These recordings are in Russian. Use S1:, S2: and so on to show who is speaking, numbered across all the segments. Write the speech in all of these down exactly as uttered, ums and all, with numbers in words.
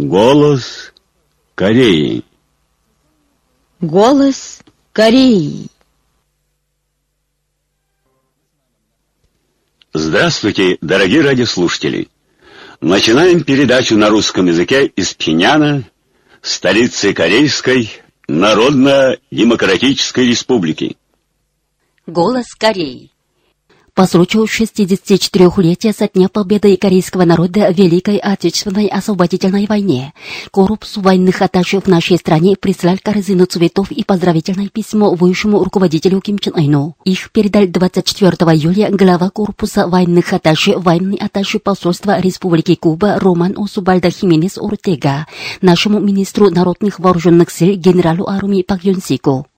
S1: Голос Кореи.
S2: Голос Кореи.
S1: Здравствуйте, дорогие радиослушатели! Начинаем передачу на русском языке из Пхеньяна, столицы Корейской Народно-Демократической Республики.
S2: Голос Кореи. По случаю шестидесятичетырёхлетия со дня победы корейского народа в Великой Отечественной освободительной войне корпус военных атташе в нашей стране прислал корзину цветов и поздравительное письмо высшему руководителю Ким Чен Ыну. Их передал двадцать четвёртого июля глава корпуса военных атташе, военный атташе посольства Республики Куба Роман Осубальдо Хименес Ортега, нашему министру народных вооруженных сил генералу армии Пак Юн Сику.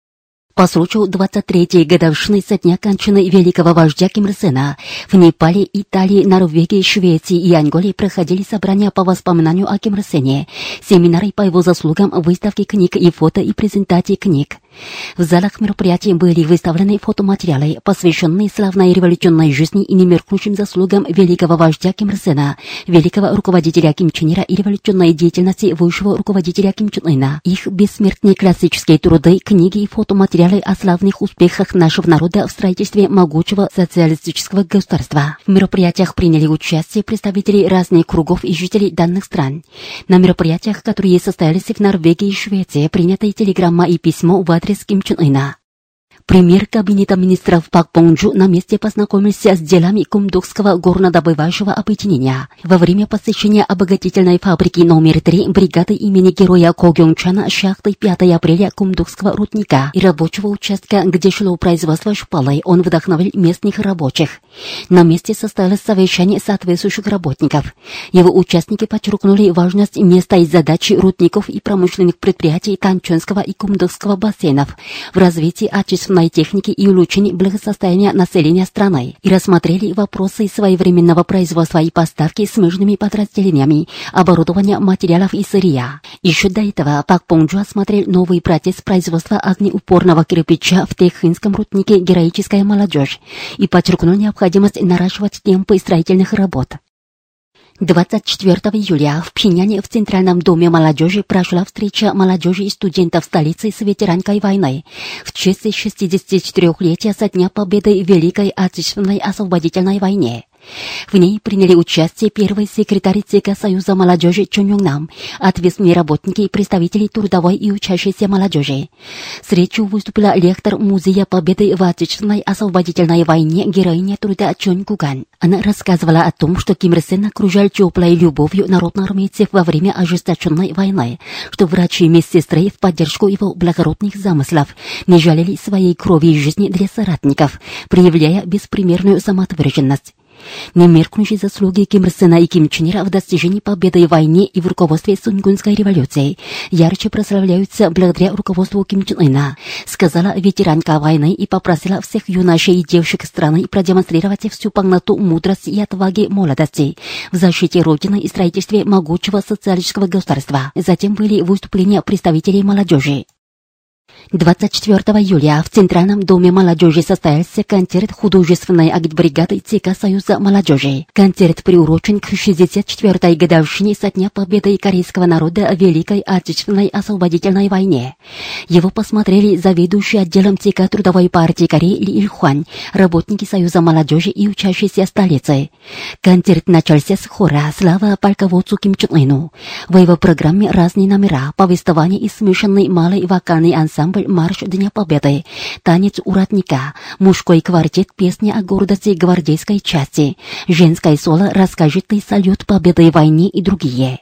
S2: По случаю двадцать третьей годовщины со дня кончины великого вождя Ким Ир Сена в Непале, Италии, Норвегии, Швеции и Анголе проходили собрания по воспоминанию о Ким Ир Сене, семинары по его заслугам, выставки книг и фото и презентации книг. В залах мероприятий были выставлены фотоматериалы, посвященные славной революционной жизни и немеркнущим заслугам великого вождя Ким Ир Сена, великого руководителя Ким Чен Ира и революционной деятельности высшего руководителя Ким Чен Ына. Их бессмертные классические труды, книги и фотоматериалы о славных успехах нашего народа в строительстве могучего социалистического государства. В мероприятиях приняли участие представители разных кругов и жителей данных стран. На мероприятиях, которые состоялись в Норвегии и Швеции, принята и телеграмма и письмо в адрес Ким Чен Ына. Премьер кабинета министров Пак Понджу на месте познакомился с делами Кумдокского горнодобывающего объединения. Во время посещения обогатительной фабрики номер три бригады имени героя Ко Гёнг Чана шахты пятого апреля Кумдокского рудника и рабочего участка, где шло производство шпалы, он вдохновил местных рабочих. На месте состоялось совещание соответствующих работников. Его участники подчеркнули важность места и задачи рудников и промышленных предприятий Танчонского и Кумдокского бассейнов в развитии отечественной техники и улучшении благосостояния населения страны и рассмотрели вопросы своевременного производства и поставки смежными подразделениями, оборудования, материалов и сырья. Еще до этого Пак Понджу осмотрел новый процесс производства огнеупорного кирпича в Тэхинском руднике «Героическая молодежь» и подчеркнул необходимость наращивать темпы строительных работ. двадцать четвёртого июля в Пхеньяне в Центральном доме молодежи прошла встреча молодежи и студентов столицы с ветеранкой войны в честь шестидесятичетырёхлетия со дня победы в Великой Отечественной освободительной войне. В ней приняли участие первый секретарь ЦК Союза молодежи Чон Йонг Нам, ответственные работники и представители трудовой и учащейся молодежи. С речью выступила лектор Музея Победы в Отечественной освободительной войне героиня труда Чон Куган. Она рассказывала о том, что Ким Ир Сен окружал теплой любовью народноармейцев во время ожесточенной войны, что врачи и медсестры в поддержку его благородных замыслов не жалели своей крови и жизни для соратников, проявляя беспримерную самоотверженность. Немеркнущие заслуги Ким Ир Сена и Ким Чен Ира в достижении победы в войне и в руководстве Сунгунской революцией ярче прославляются благодаря руководству Ким Чен Ына, сказала ветеранка войны и попросила всех юношей и девушек страны продемонстрировать всю полноту мудрости и отваги молодости в защите Родины и строительстве могучего социалистического государства. Затем были выступления представителей молодежи. двадцать четвёртого июля в Центральном доме молодежи состоялся концерт художественной агитбригады ЦК Союза молодежи. Концерт приурочен к шестьдесят четвёртой годовщине со дня победы корейского народа в Великой Отечественной освободительной войне. Его посмотрели заведующий отделом ЦК Трудовой партии Кореи Ли Ил Хван, работники Союза молодежи и учащиеся столицы. Концерт начался с хора «Слава полководцу Ким Чен Ыну». В его программе разные номера, повествование и смешанный малый вокальный ансамбль «Марш Дня Победы», танец уратника, мужской квартет, песня о гордости гвардейской части, женское соло, раскажитый салют победы в войне и другие.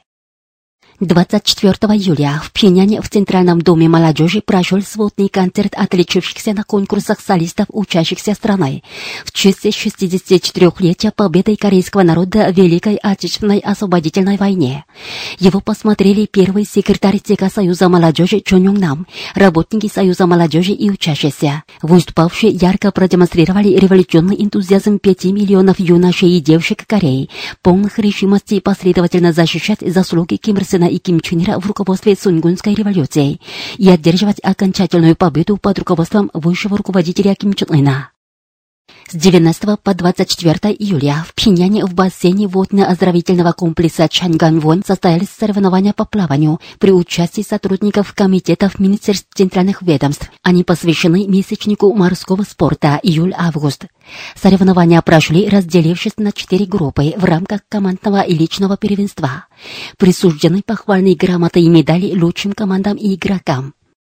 S2: двадцать четвёртого июля в Пхеньяне в Центральном доме молодежи прошел сводный концерт отличившихся на конкурсах солистов, учащихся страны в честь шестидесятичетырёхлетия победы корейского народа в Великой Отечественной освободительной войне. Его посмотрели первый секретарь ЦК Союза молодежи Чон Йонг Нам, работники Союза молодежи и учащиеся. Выступавшие ярко продемонстрировали революционный энтузиазм пяти миллионов юношей и девушек Кореи, полных решимости последовательно защищать заслуги Ким Ир Сена и Ким Чен Ира в руководстве Сунгунской революции и одерживать окончательную победу под руководством высшего руководителя Ким Чен Ына. С девятнадцатого по двадцать четвёртое июля в Пхеньяне в бассейне водно-оздоровительного комплекса Чанганвон состоялись соревнования по плаванию при участии сотрудников комитетов Министерств центральных ведомств. Они посвящены месячнику морского спорта июль-август. Соревнования прошли, разделившись на четыре группы в рамках командного и личного первенства. Присуждены похвальные грамоты и медали лучшим командам и игрокам.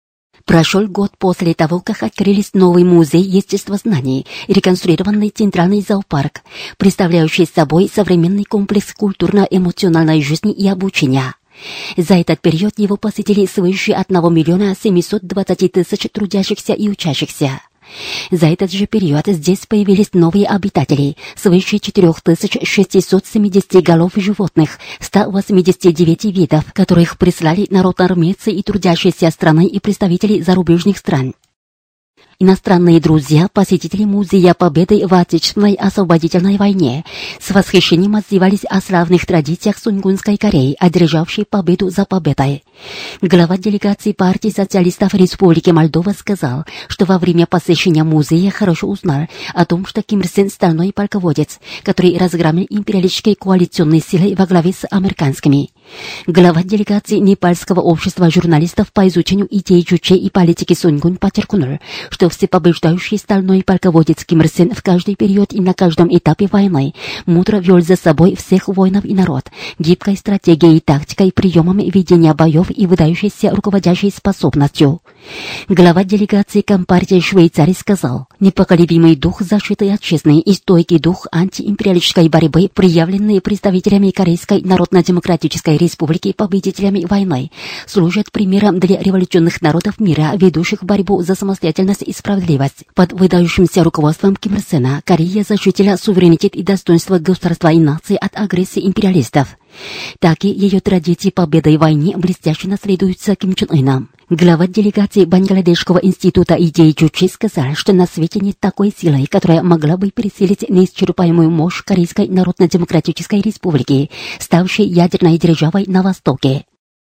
S2: Прошел год после того, как открылись новый музей естествознаний и реконструированный центральный зоопарк, представляющий собой современный комплекс культурно-эмоциональной жизни и обучения. За этот период его посетили свыше одного миллиона семисот двадцати тысяч трудящихся и учащихся. За этот же период здесь появились новые обитатели, свыше четыре тысячи шестисот семидесяти голов животных, ста восьмидесяти девяти видов, которых прислали народоармейцы и трудящиеся страны и представители зарубежных стран. Иностранные друзья, посетители Музея Победы в Отечественной освободительной войне, с восхищением отзывались о славных традициях Сунгунской Кореи, одержавшей победу за победой. Глава делегации партии социалистов Республики Молдова сказал, что во время посещения музея хорошо узнал о том, что Ким Ир Сен — стальной полководец, который разгромил империалистические коалиционные силы во главе с американскими. Глава делегации Непальского общества журналистов по изучению идей Чуче и политики Сунгун подчеркнул, что всепобеждающий стальной полководец Ким Ир Сен в каждый период и на каждом этапе войны мудро вел за собой всех воинов и народ, гибкой стратегией и тактикой, приемами ведения боев и выдающейся руководящей способностью. Глава делегации Компартии Швейцарии сказал, непоколебимый дух защиты отчизны и стойкий дух антиимпериалистической борьбы, проявленные представителями Корейской Народно-Демократической Республики победителями войны, служат примером для революционных народов мира, ведущих борьбу за самостоятельность и справедливость. Под выдающимся руководством Ким Ир Сена Корея защитила суверенитет и достоинство государства и нации от агрессии империалистов. Так и ее традиции победы в войне блестяще наследуются Ким Чен Ыном. Глава делегации Бангладешского института идей Чучи сказал, что на свете нет такой силы, которая могла бы пересилить неисчерпаемую мощь Корейской Народно-Демократической Республики, ставшей ядерной державой на Востоке.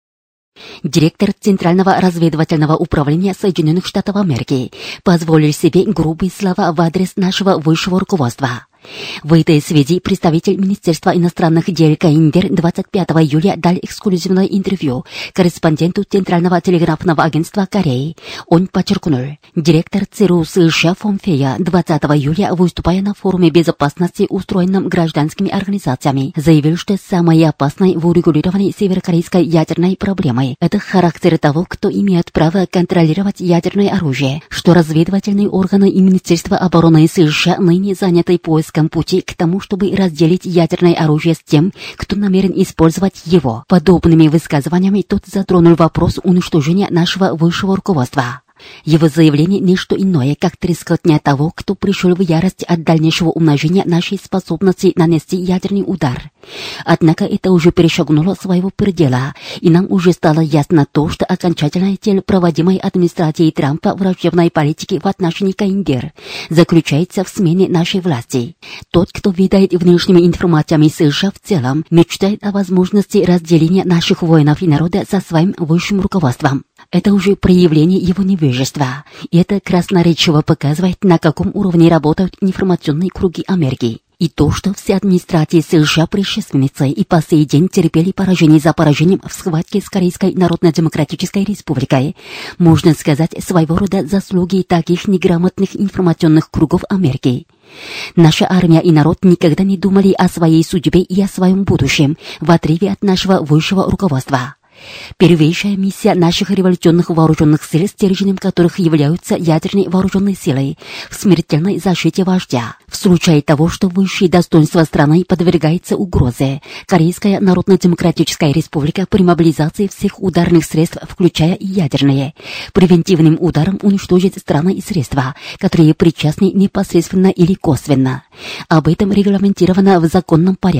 S2: Директор Центрального разведывательного управления Соединенных Штатов Америки позволил себе грубые слова в адрес нашего высшего руководства. В этой связи представитель Министерства иностранных дел КНДР двадцать пятого июля дал эксклюзивное интервью корреспонденту Центрального телеграфного агентства Кореи. Он подчеркнул, директор ЦРУ США Помпео двадцатого июля, выступая на форуме безопасности, устроенном гражданскими организациями, заявил, что самое опасное в урегулировании северокорейской ядерной проблемы — это характер того, кто имеет право контролировать ядерное оружие, что разведывательные органы и Министерство обороны США ныне заняты поиском пути к тому, чтобы разделить ядерное оружие с тем, кто намерен использовать его. Подобными высказываниями тот затронул вопрос уничтожения нашего высшего руководства. Его заявление — не что иное, как трескотня того, кто пришел в ярость от дальнейшего умножения нашей способности нанести ядерный удар. Однако это уже перешагнуло своего предела, и нам уже стало ясно то, что окончательная цель проводимой администрацией Трампа враждебной политики в отношении КНДР заключается в смене нашей власти. Тот, кто ведает внешними информациями США в целом, мечтает о возможности разделения наших воинов и народа со своим высшим руководством. Это уже проявление его невежества, и это красноречиво показывает, на каком уровне работают информационные круги Америки. И то, что все администрации США предшественницы и по сей день терпели поражение за поражением в схватке с Корейской Народно-Демократической Республикой, можно сказать, своего рода заслуги таких неграмотных информационных кругов Америки. Наша армия и народ никогда не думали о своей судьбе и о своем будущем в отрыве от нашего высшего руководства. Первейшая миссия наших революционных вооруженных сил, стержнем которых являются ядерные вооруженные силы, в смертельной защите вождя. В случае того, что высшее достоинство страны подвергается угрозе, Корейская Народно-Демократическая Республика при мобилизации всех ударных средств, включая и ядерные, превентивным ударом уничтожит страны и средства, которые причастны непосредственно или косвенно. Об этом регламентировано в законном порядке.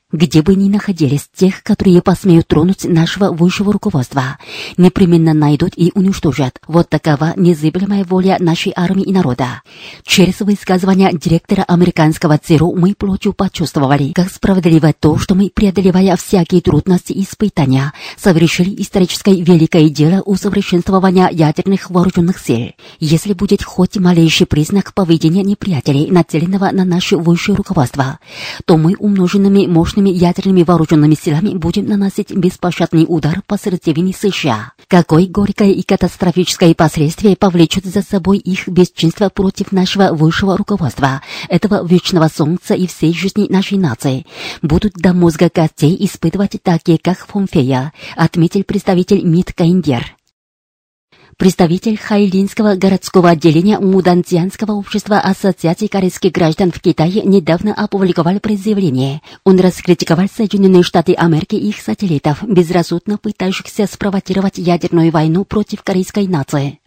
S2: Где бы ни находились тех, которые посмеют тронуть нашего высшего руководства, непременно найдут и уничтожат. Вот такова незыблемая воля нашей армии и народа. Через высказывания директора американского ЦРУ мы плотью почувствовали, как справедливо то, что мы, преодолевая всякие трудности и испытания, совершили историческое великое дело усовершенствования ядерных вооруженных сил. Если будет хоть малейший признак поведения неприятелей, нацеленного на наше высшее руководство, то мы умноженными мощными ядерными вооруженными силами будем наносить беспощадный удар по сердцевине США. Какое горькое и катастрофическое последствие повлечет за собой их бесчинство против нашего высшего руководства, этого вечного солнца и всей жизни нашей нации. Будут до мозга костей испытывать такие, как Фомфея, отметил представитель МИД Каиндер. Представитель Хайлинского городского отделения Мудантианского общества Ассоциации корейских граждан в Китае недавно опубликовал предъявление. Он раскритиковал Соединенные Штаты Америки и их сателлитов, безрассудно пытающихся спровоцировать ядерную войну против корейской нации.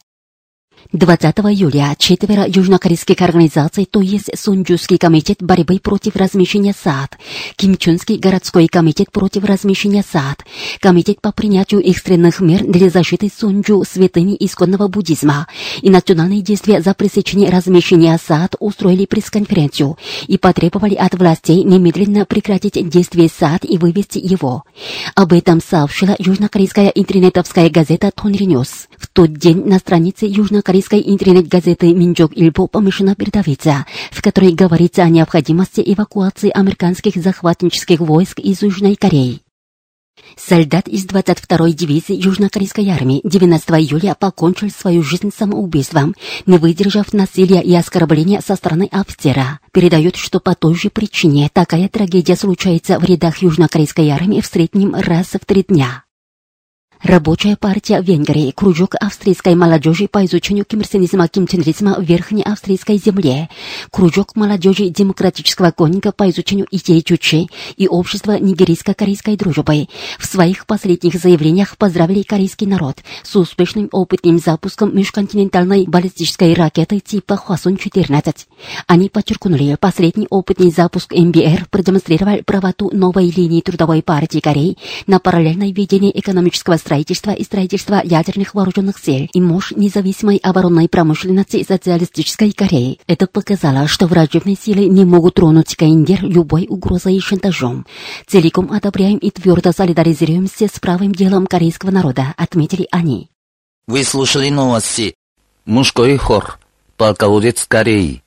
S2: двадцатого июля четверо южнокорейских организаций, то есть Сунджуский комитет борьбы против размещения САД, Кимчунский городской комитет против размещения САД, комитет по принятию экстренных мер для защиты Сунджу, святыни исконного буддизма и национальные действия за пресечение размещения САД устроили пресс-конференцию и потребовали от властей немедленно прекратить действие САД и вывести его. Об этом сообщила южнокорейская интернетовская газета Тонри Ньюс. В тот день на странице южнокорейской Корейской интернет-газеты «Минджок-Ильбо» помещена передовица, в которой говорится о необходимости эвакуации американских захватнических войск из Южной Кореи. Солдат из двадцать второй дивизии Южнокорейской армии девятнадцатого июля покончил свою жизнь самоубийством, не выдержав насилия и оскорбления со стороны офицера. Передает, что по той же причине такая трагедия случается в рядах Южнокорейской армии в среднем раз в три дня. Рабочая партия Венгрии, кружок австрийской молодежи по изучению кимирсенизма, кимченризма в Верхней австрийской земле, кружок молодежи демократического конника по изучению идей Чучи и общество нигерийско-корейской дружбы в своих последних заявлениях поздравили корейский народ с успешным опытным запуском межконтинентальной баллистической ракеты типа Хвасон четырнадцать. Они подчеркнули, последний опытный запуск эм би эр продемонстрировал правоту новой линии Трудовой партии Кореи на параллельное ведение экономического строительства строительства и строительства ядерных вооруженных сил и мощь независимой оборонной промышленности социалистической Кореи. Это показало, что враждебные силы не могут тронуть Каиндер любой угрозой и шантажом. Целиком одобряем и твердо солидаризируемся с правым делом корейского народа, отметили они.
S3: Вы слушали новости. Мужской хор. Полководец Кореи.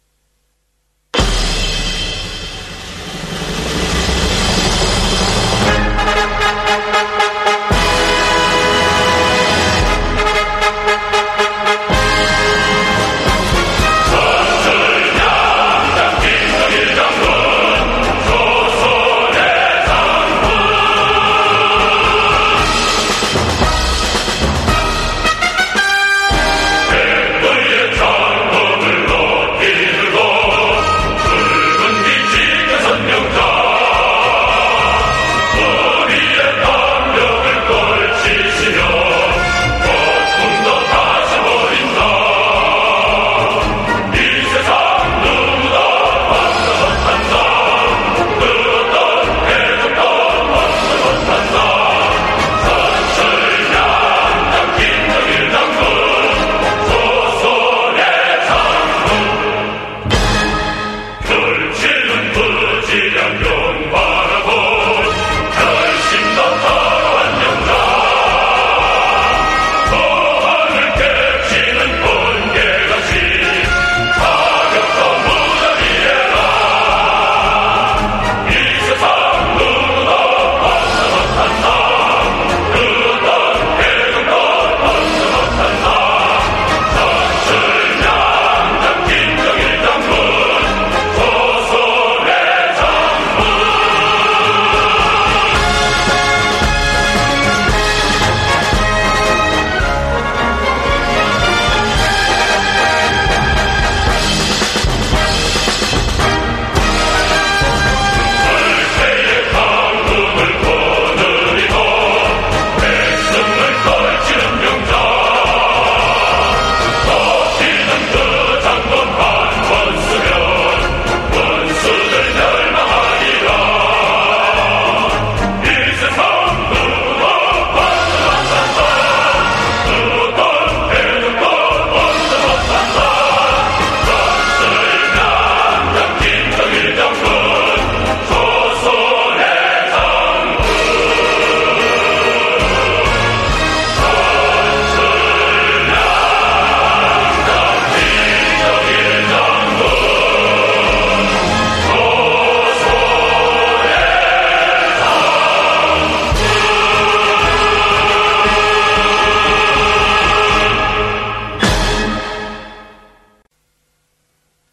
S4: Yeah.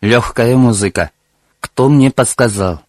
S3: Легкая музыка. Кто мне подсказал?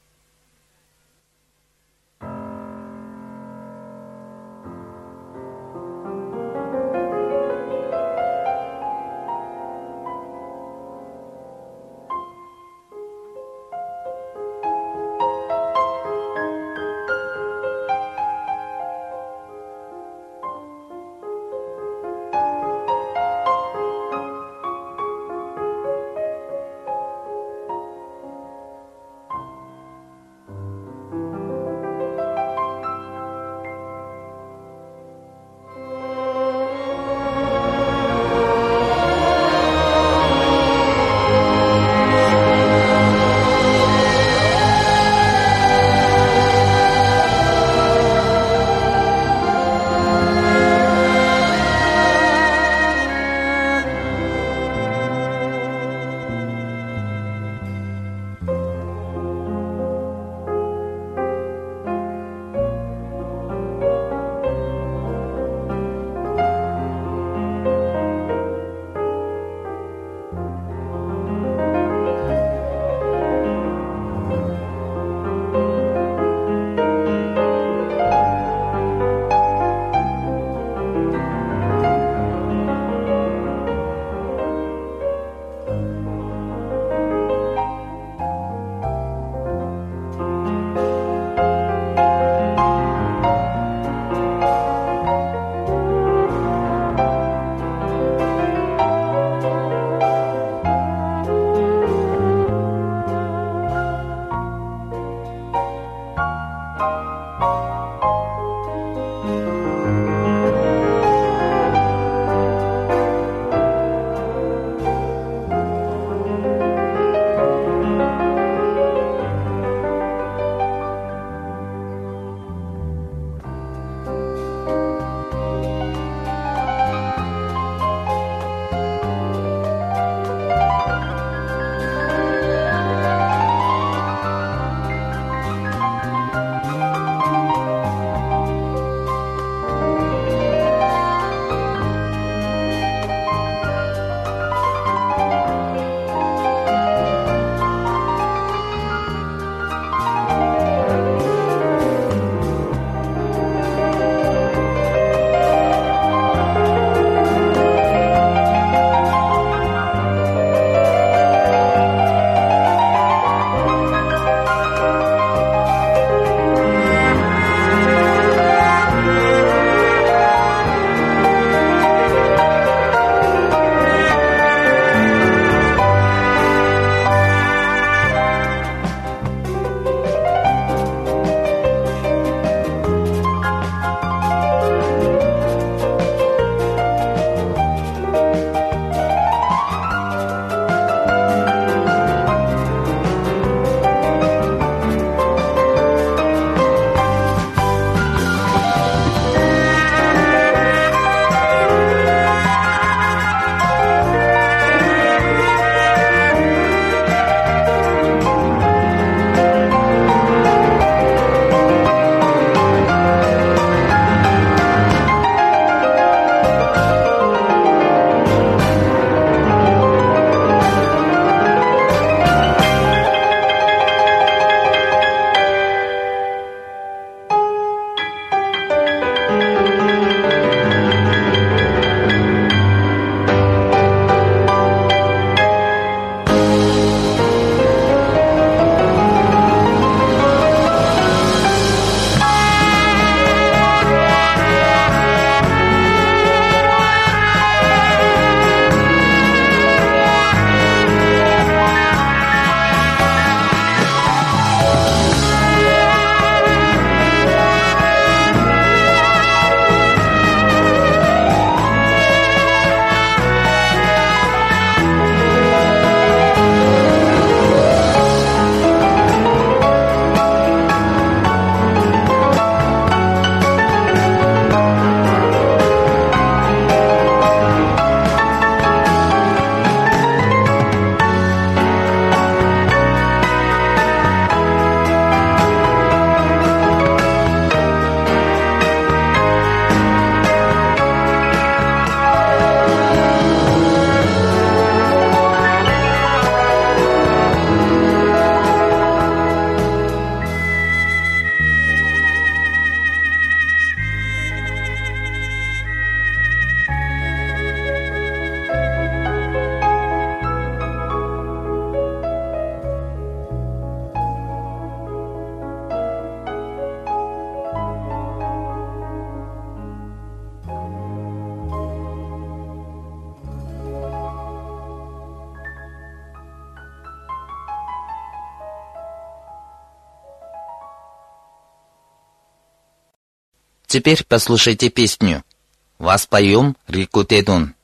S3: Теперь послушайте песню. Воспоем реку Тедун.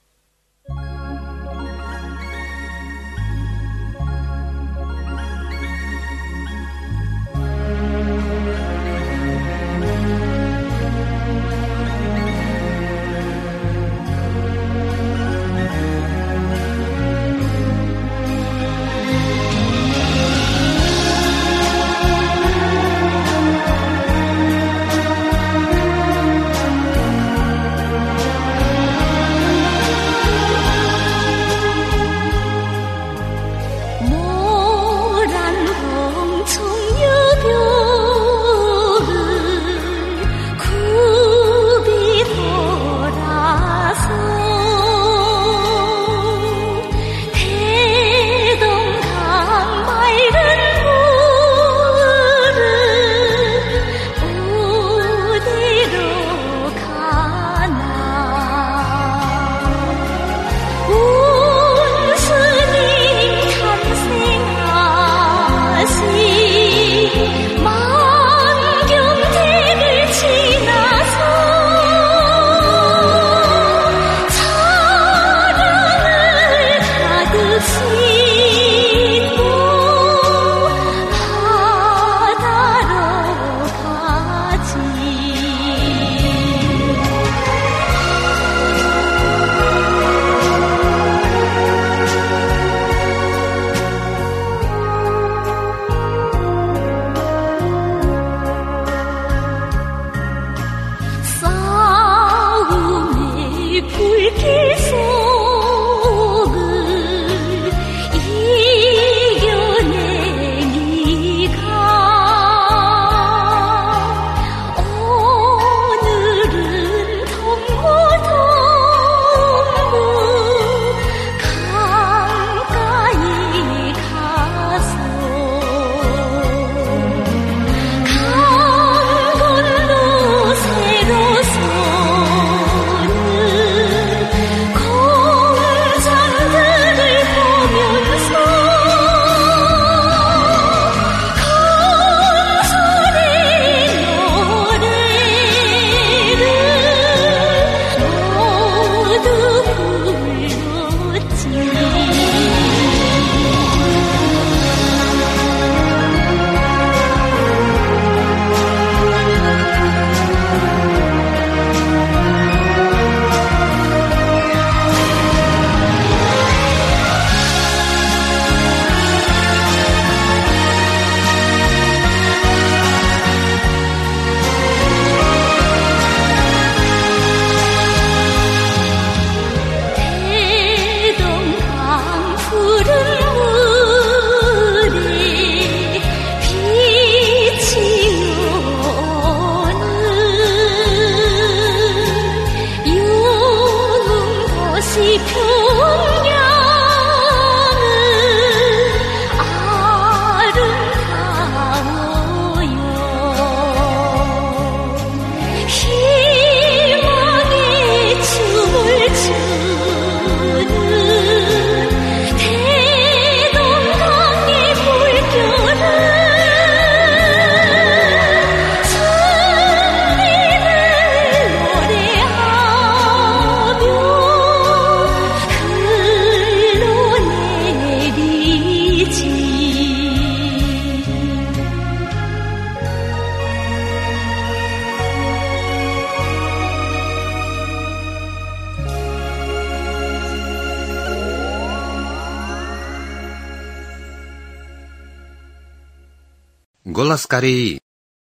S3: Голос Кореи.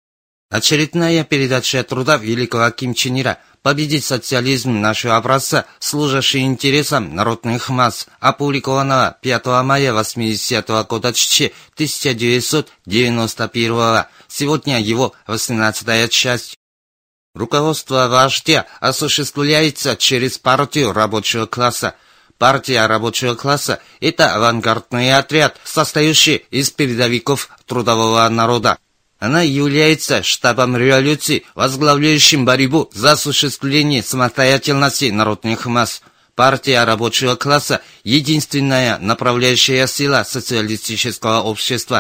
S3: Очередная передача труда великого Ким Чен Ира «Победить социализм нашего образца, служащий интересам народных масс», опубликованного пятого мая восьмидесятого года тысяча девятьсот девяносто первого. Сегодня его восемнадцатая часть. Руководство вождя осуществляется через партию рабочего класса. Партия рабочего класса – это авангардный отряд, состоящий из передовиков трудового народа. Она является штабом революции, возглавляющим борьбу за осуществление самостоятельности народных масс. Партия рабочего класса – единственная направляющая сила социалистического общества.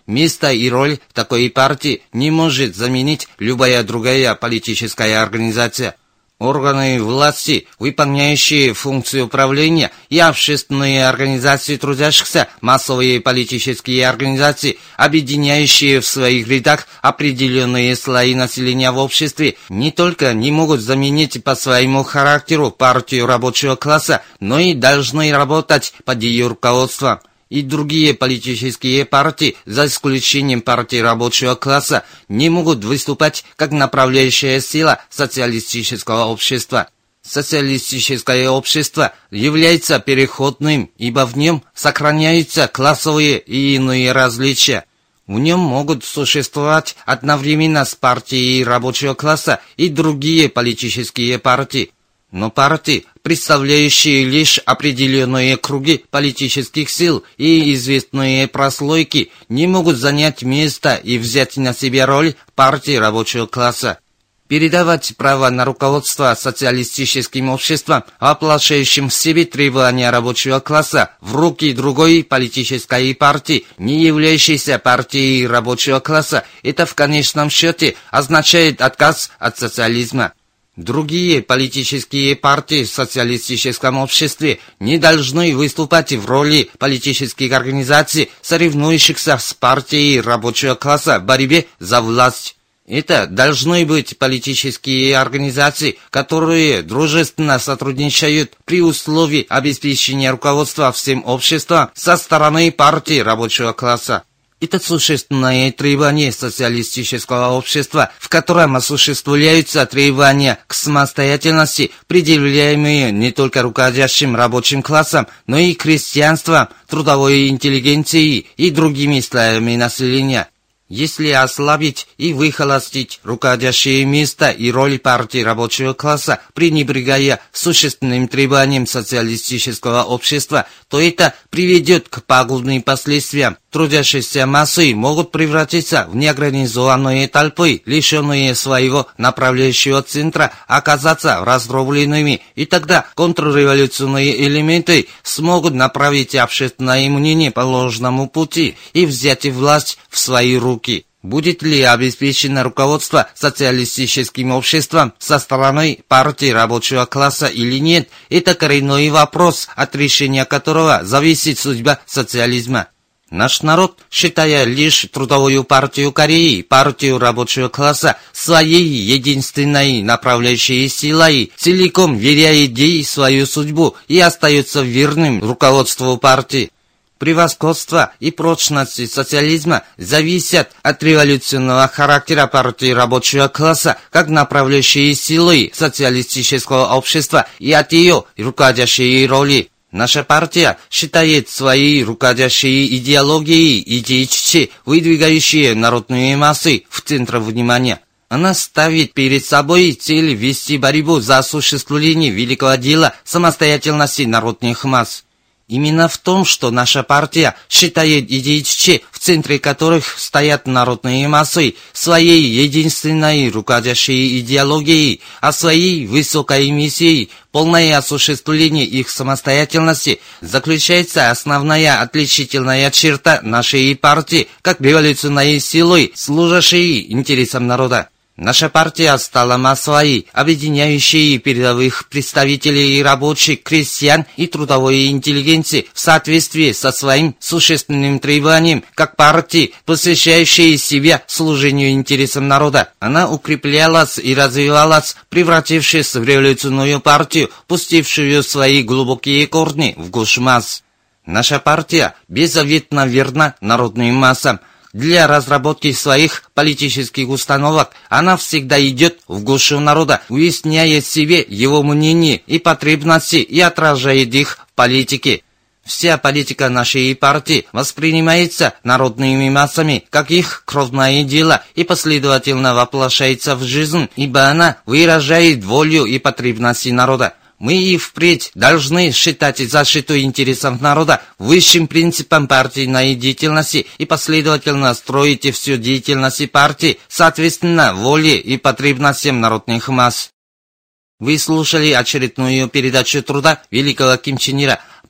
S3: Место и роль такой партии не может заменить любая другая политическая организация. Органы власти, выполняющие функции управления, и общественные организации трудящихся, массовые политические организации, объединяющие в своих рядах определенные слои населения в обществе, не только не могут заменить по своему характеру партию рабочего класса, но и должны работать под ее руководством. И другие политические партии, за исключением партии рабочего класса, не могут выступать как направляющая сила социалистического общества. Социалистическое общество является переходным, ибо в нем сохраняются классовые и иные различия. В нем могут существовать одновременно с партией рабочего класса и другие политические партии. Но партии, представляющие лишь определенные круги политических сил и известные прослойки, не могут занять место и взять на себя роль партии рабочего класса. Передавать право на руководство социалистическим обществом, воплощающим в себе требования рабочего класса, в руки другой политической партии, не являющейся партией рабочего класса, это в конечном счете означает отказ от социализма. Другие политические партии в социалистическом обществе не должны выступать в роли политических организаций, соревнующихся с партией рабочего класса в борьбе за власть. Это должны быть политические организации, которые дружественно сотрудничают при условии обеспечения руководства всем обществом со стороны партии рабочего класса. Это существенное требование социалистического общества, в котором осуществляются требования к самостоятельности, предъявляемые не только руководящим рабочим классом, но и крестьянством, трудовой интеллигенцией и другими слоями населения. Если ослабить и выхолостить руководящие места и роли партии рабочего класса, пренебрегая существенным требованиям социалистического общества, то это приведет к пагубным последствиям. Трудящиеся массы могут превратиться в неорганизованные толпы, лишенные своего направляющего центра, оказаться раздробленными, и тогда контрреволюционные элементы смогут направить общественное мнение по ложному пути и взять власть в свои руки. Будет ли обеспечено руководство социалистическим обществом со стороны партии рабочего класса или нет, это коренной вопрос, от решения которого зависит судьба социализма. Наш народ, считая лишь Трудовую партию Кореи, партию рабочего класса, своей единственной направляющей силой, целиком веряет ей свою судьбу и остается верным руководству партии. Превосходство и прочность социализма зависят от революционного характера партии рабочего класса как направляющей силы социалистического общества и от ее руководящей роли. Наша партия считает свои руководящие идеологии идеи, выдвигающие народные массы в центр внимания. Она ставит перед собой цель вести борьбу за осуществление великого дела самостоятельности народных масс. Именно в том, что наша партия считает идеи, в центре которых стоят народные массы, своей единственной руководящей идеологией, а своей высокой миссией, полное осуществление их самостоятельности, заключается основная отличительная черта нашей партии, как революционной силой, служащей интересам народа. Наша партия стала массовой, объединяющей передовых представителей рабочих, крестьян и трудовой интеллигенции в соответствии со своим существенным требованием, как партии, посвящающей себя служению интересам народа. Она укреплялась и развивалась, превратившись в революционную партию, пустившую свои глубокие корни в гущу масс. Наша партия беззаветно верна народным массам. Для разработки своих политических установок она всегда идет в гущу народа, уясняя себе его мнение и потребности и отражает их в политике. Вся политика нашей партии воспринимается народными массами как их кровное дело и последовательно воплощается в жизнь, ибо она выражает волю и потребности народа. Мы и впредь должны считать защиту интересов народа высшим принципом партийной деятельности и последовательно строить всю деятельность партии соответственно воле и потребностям народных масс. Вы слушали очередную передачу труда великого Ким Чен Ира.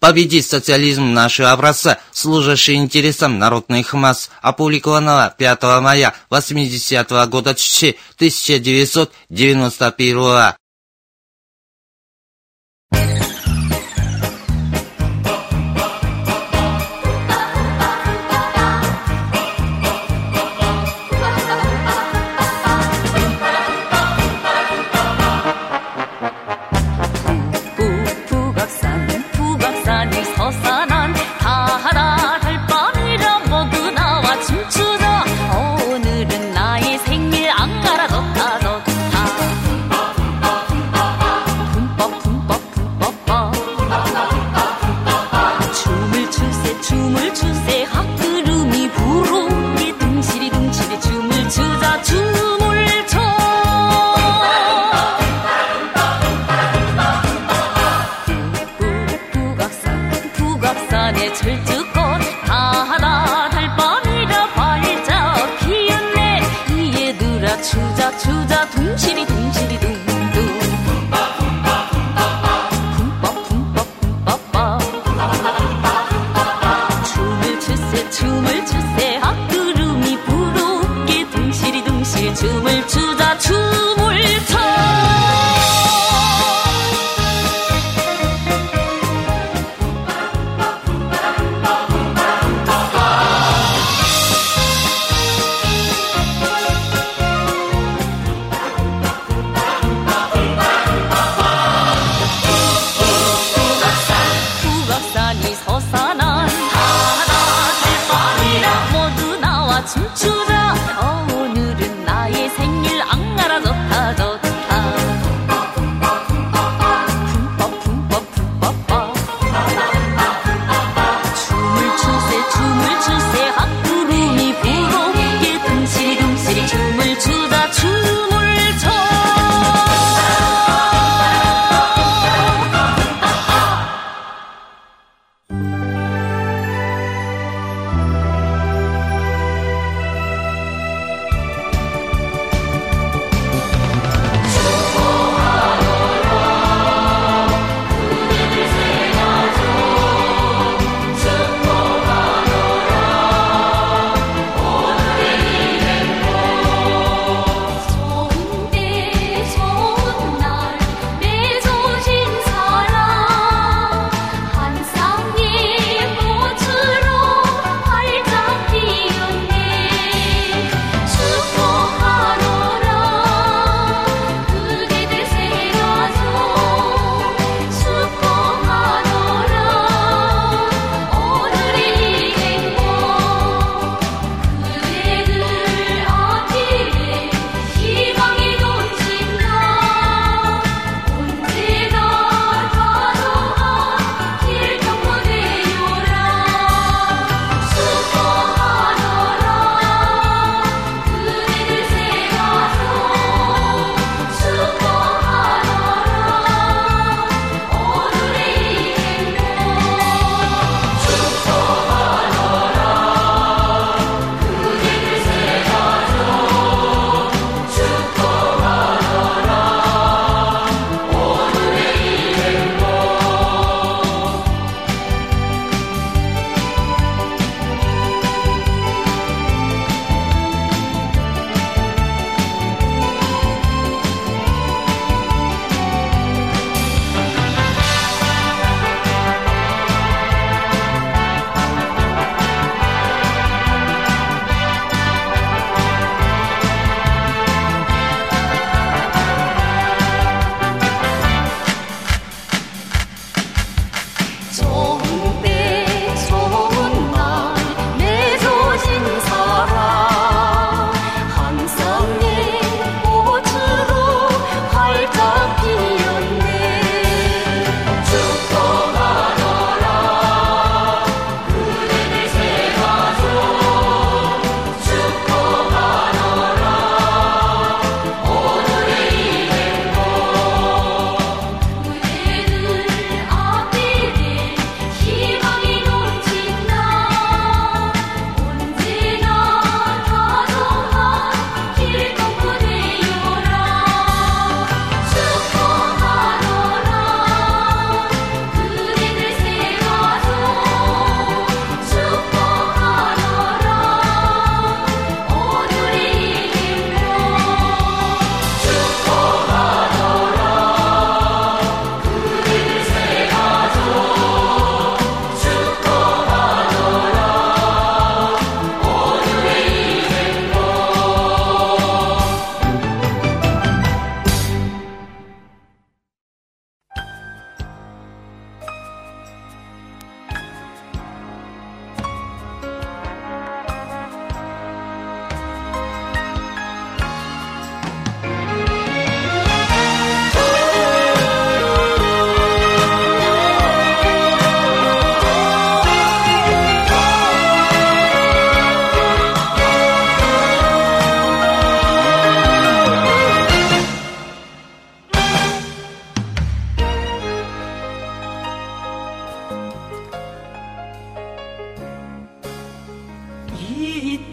S3: «Победить социализм нашего образца, служащий интересам народных масс», опубликованного пятого мая восьмидесятого года тысяча девятьсот девяносто первого.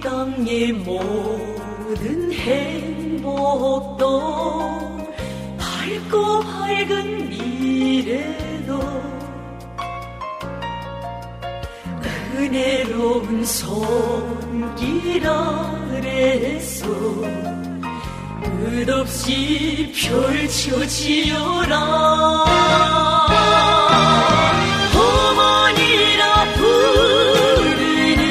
S4: 땅의 모든 행복도 밝고 밝은 미래도 은혜로운 손길 아래서 끝없이 펼쳐지어라. 어머니라 부르는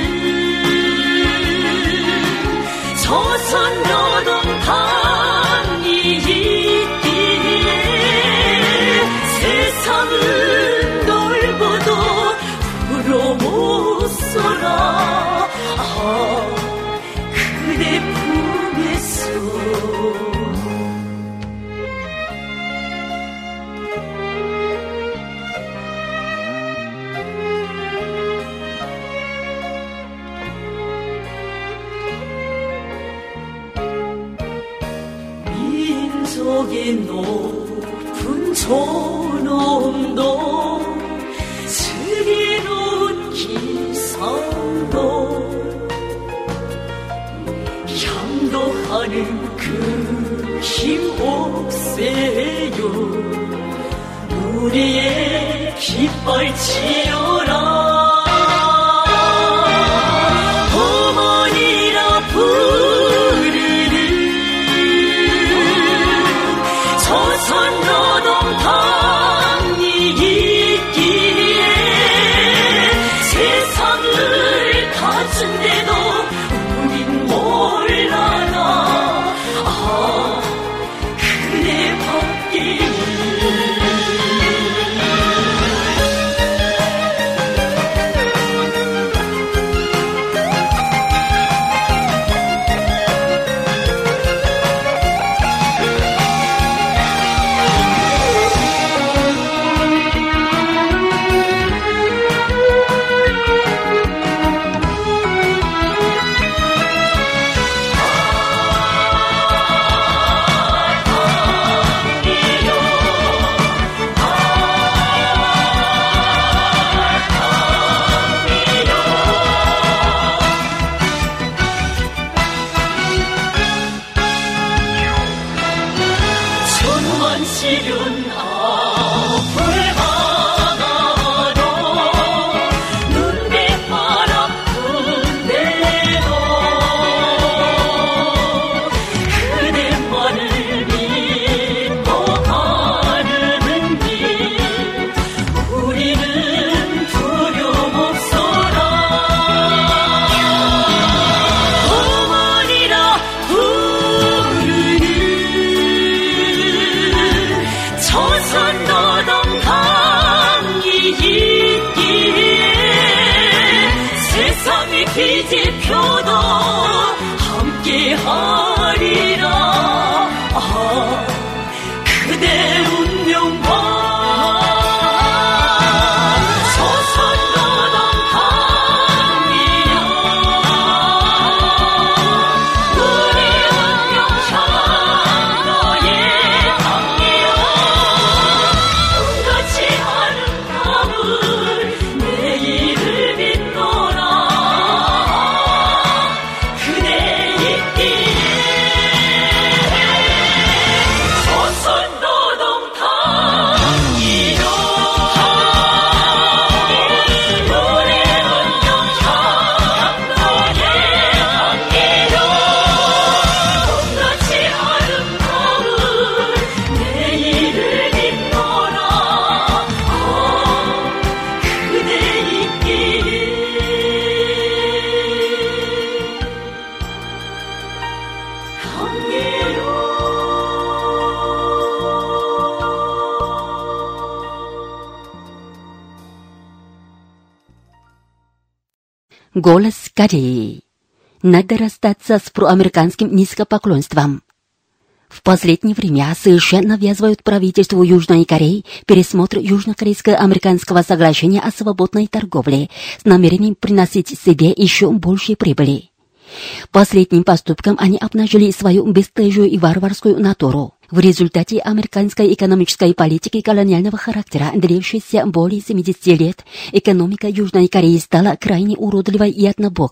S4: 조선 노동 당이 있기에 세상은 넓어도 부러 못 서라. 아, 그대 품에서 민족의 높은 존엄도 슬기로운 기상도 향도하는 그 힘 옥세요. 우리의 깃발 지어라. 어머니라 부르는 조선 노동 당이 있기에 세상을 다준대도 우린 몰라라. 아, 그대밖에 뒤집혀도 함께하리라. 아, 그대 운명 봐.
S2: Голос Кореи. Надо расстаться с проамериканским низкопоклонством. В последнее время США навязывают правительству Южной Кореи пересмотр Южнокорейско-американского соглашения о свободной торговле с намерением приносить себе еще больше прибыли. Последним поступком они обнажили свою бесстыжую и варварскую натуру. В результате американской экономической политики колониального характера, длившейся более семидесяти лет, экономика Южной Кореи стала крайне уродливой и однобокой.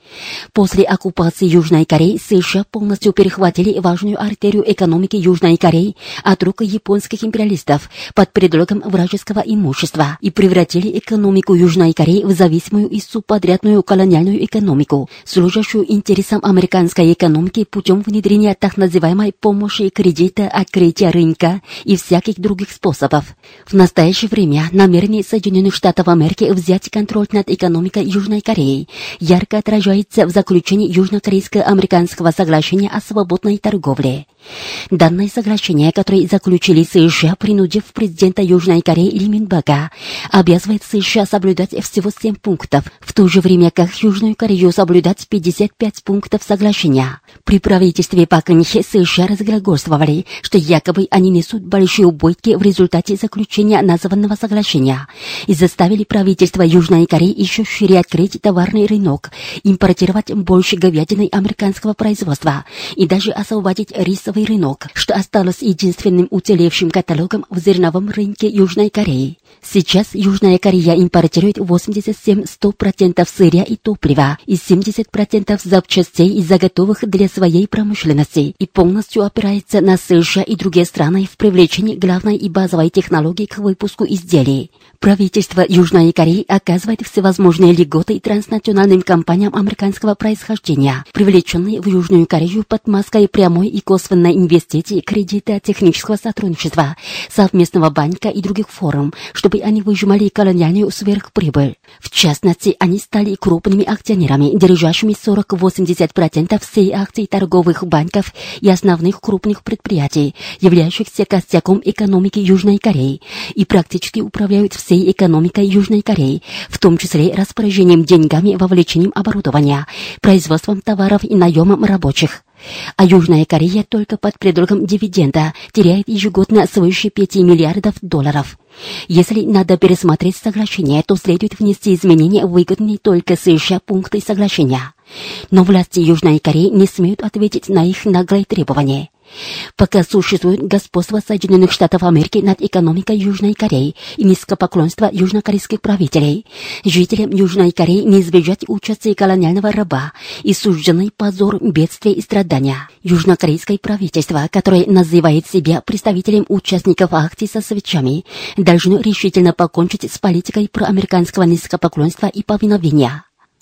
S2: После оккупации Южной Кореи США полностью перехватили важную артерию экономики Южной Кореи от рук японских империалистов под предлогом вражеского имущества и превратили экономику Южной Кореи в зависимую и субподрядную колониальную экономику, служащую интересам американской экономики путем внедрения так называемой помощи кредита, открытия рынка и всяких других способов. В настоящее время намерение Соединенных Штатов Америки взять контроль над экономикой Южной Кореи ярко отражается в заключении Южнокорейско-американского соглашения о свободной торговле. Данное соглашение, которое заключили США, принудив президента Южной Кореи Ли Минбака, обязывает США соблюдать всего семь пунктов, в то же время как Южную Корею соблюдать пятьдесят пять пунктов соглашения. При правительстве Пак Кын Хе США разглагольствовали, что якобы они несут большие убытки в результате заключения названного соглашения и заставили правительство Южной Кореи еще шире открыть товарный рынок, импортировать больше говядины американского производства и даже освободить рисовый рынок, что осталось единственным уцелевшим каталогом в зерновом рынке Южной Кореи. Сейчас Южная Корея импортирует восемьдесят семь - сто процентов сырья и топлива и семьдесят процентов запчастей и заготовок для своей промышленности и полностью опирается на США и другие страны в привлечении главной и базовой технологии к выпуску изделий. Правительство Южной Кореи оказывает всевозможные льготы транснациональным компаниям американского происхождения, привлеченные в Южную Корею под маской прямой и косвенной инвестиции, кредита, технического сотрудничества, совместного банка и других форм, чтобы они выжимали колониальную сверхприбыль. В частности, они стали крупными акционерами, держащими сорок - восемьдесят процентов всей акций торговых банков и основных крупных предприятий, являющихся костяком экономики Южной Кореи, и практически управляют всей экономикой Южной Кореи, в том числе распоряжением деньгами, вовлечением оборудования, производством товаров и наемом рабочих. А Южная Корея только под предлогом дивиденда теряет ежегодно свыше пяти миллиардов долларов. Если надо пересмотреть соглашение, то следует внести изменения, выгодные только США пункты соглашения. Но власти Южной Кореи не смеют ответить на их наглые требования. Пока существует господство Соединенных Штатов Америки над экономикой Южной Кореи и низкопоклонство южнокорейских правителей, жителям Южной Кореи не избежать участия колониального раба и сужденный позор, бедствия и страдания. Южнокорейское правительство, которое называет себя представителем участников акций со свечами, должно решительно покончить с политикой проамериканского низкопоклонства и повиновения.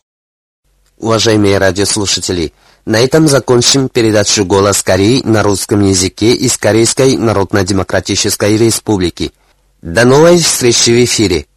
S3: Уважаемые радиослушатели, на этом закончим передачу «Голос Кореи» на русском языке из Корейской Народно-Демократической Республики. До новой встречи в эфире!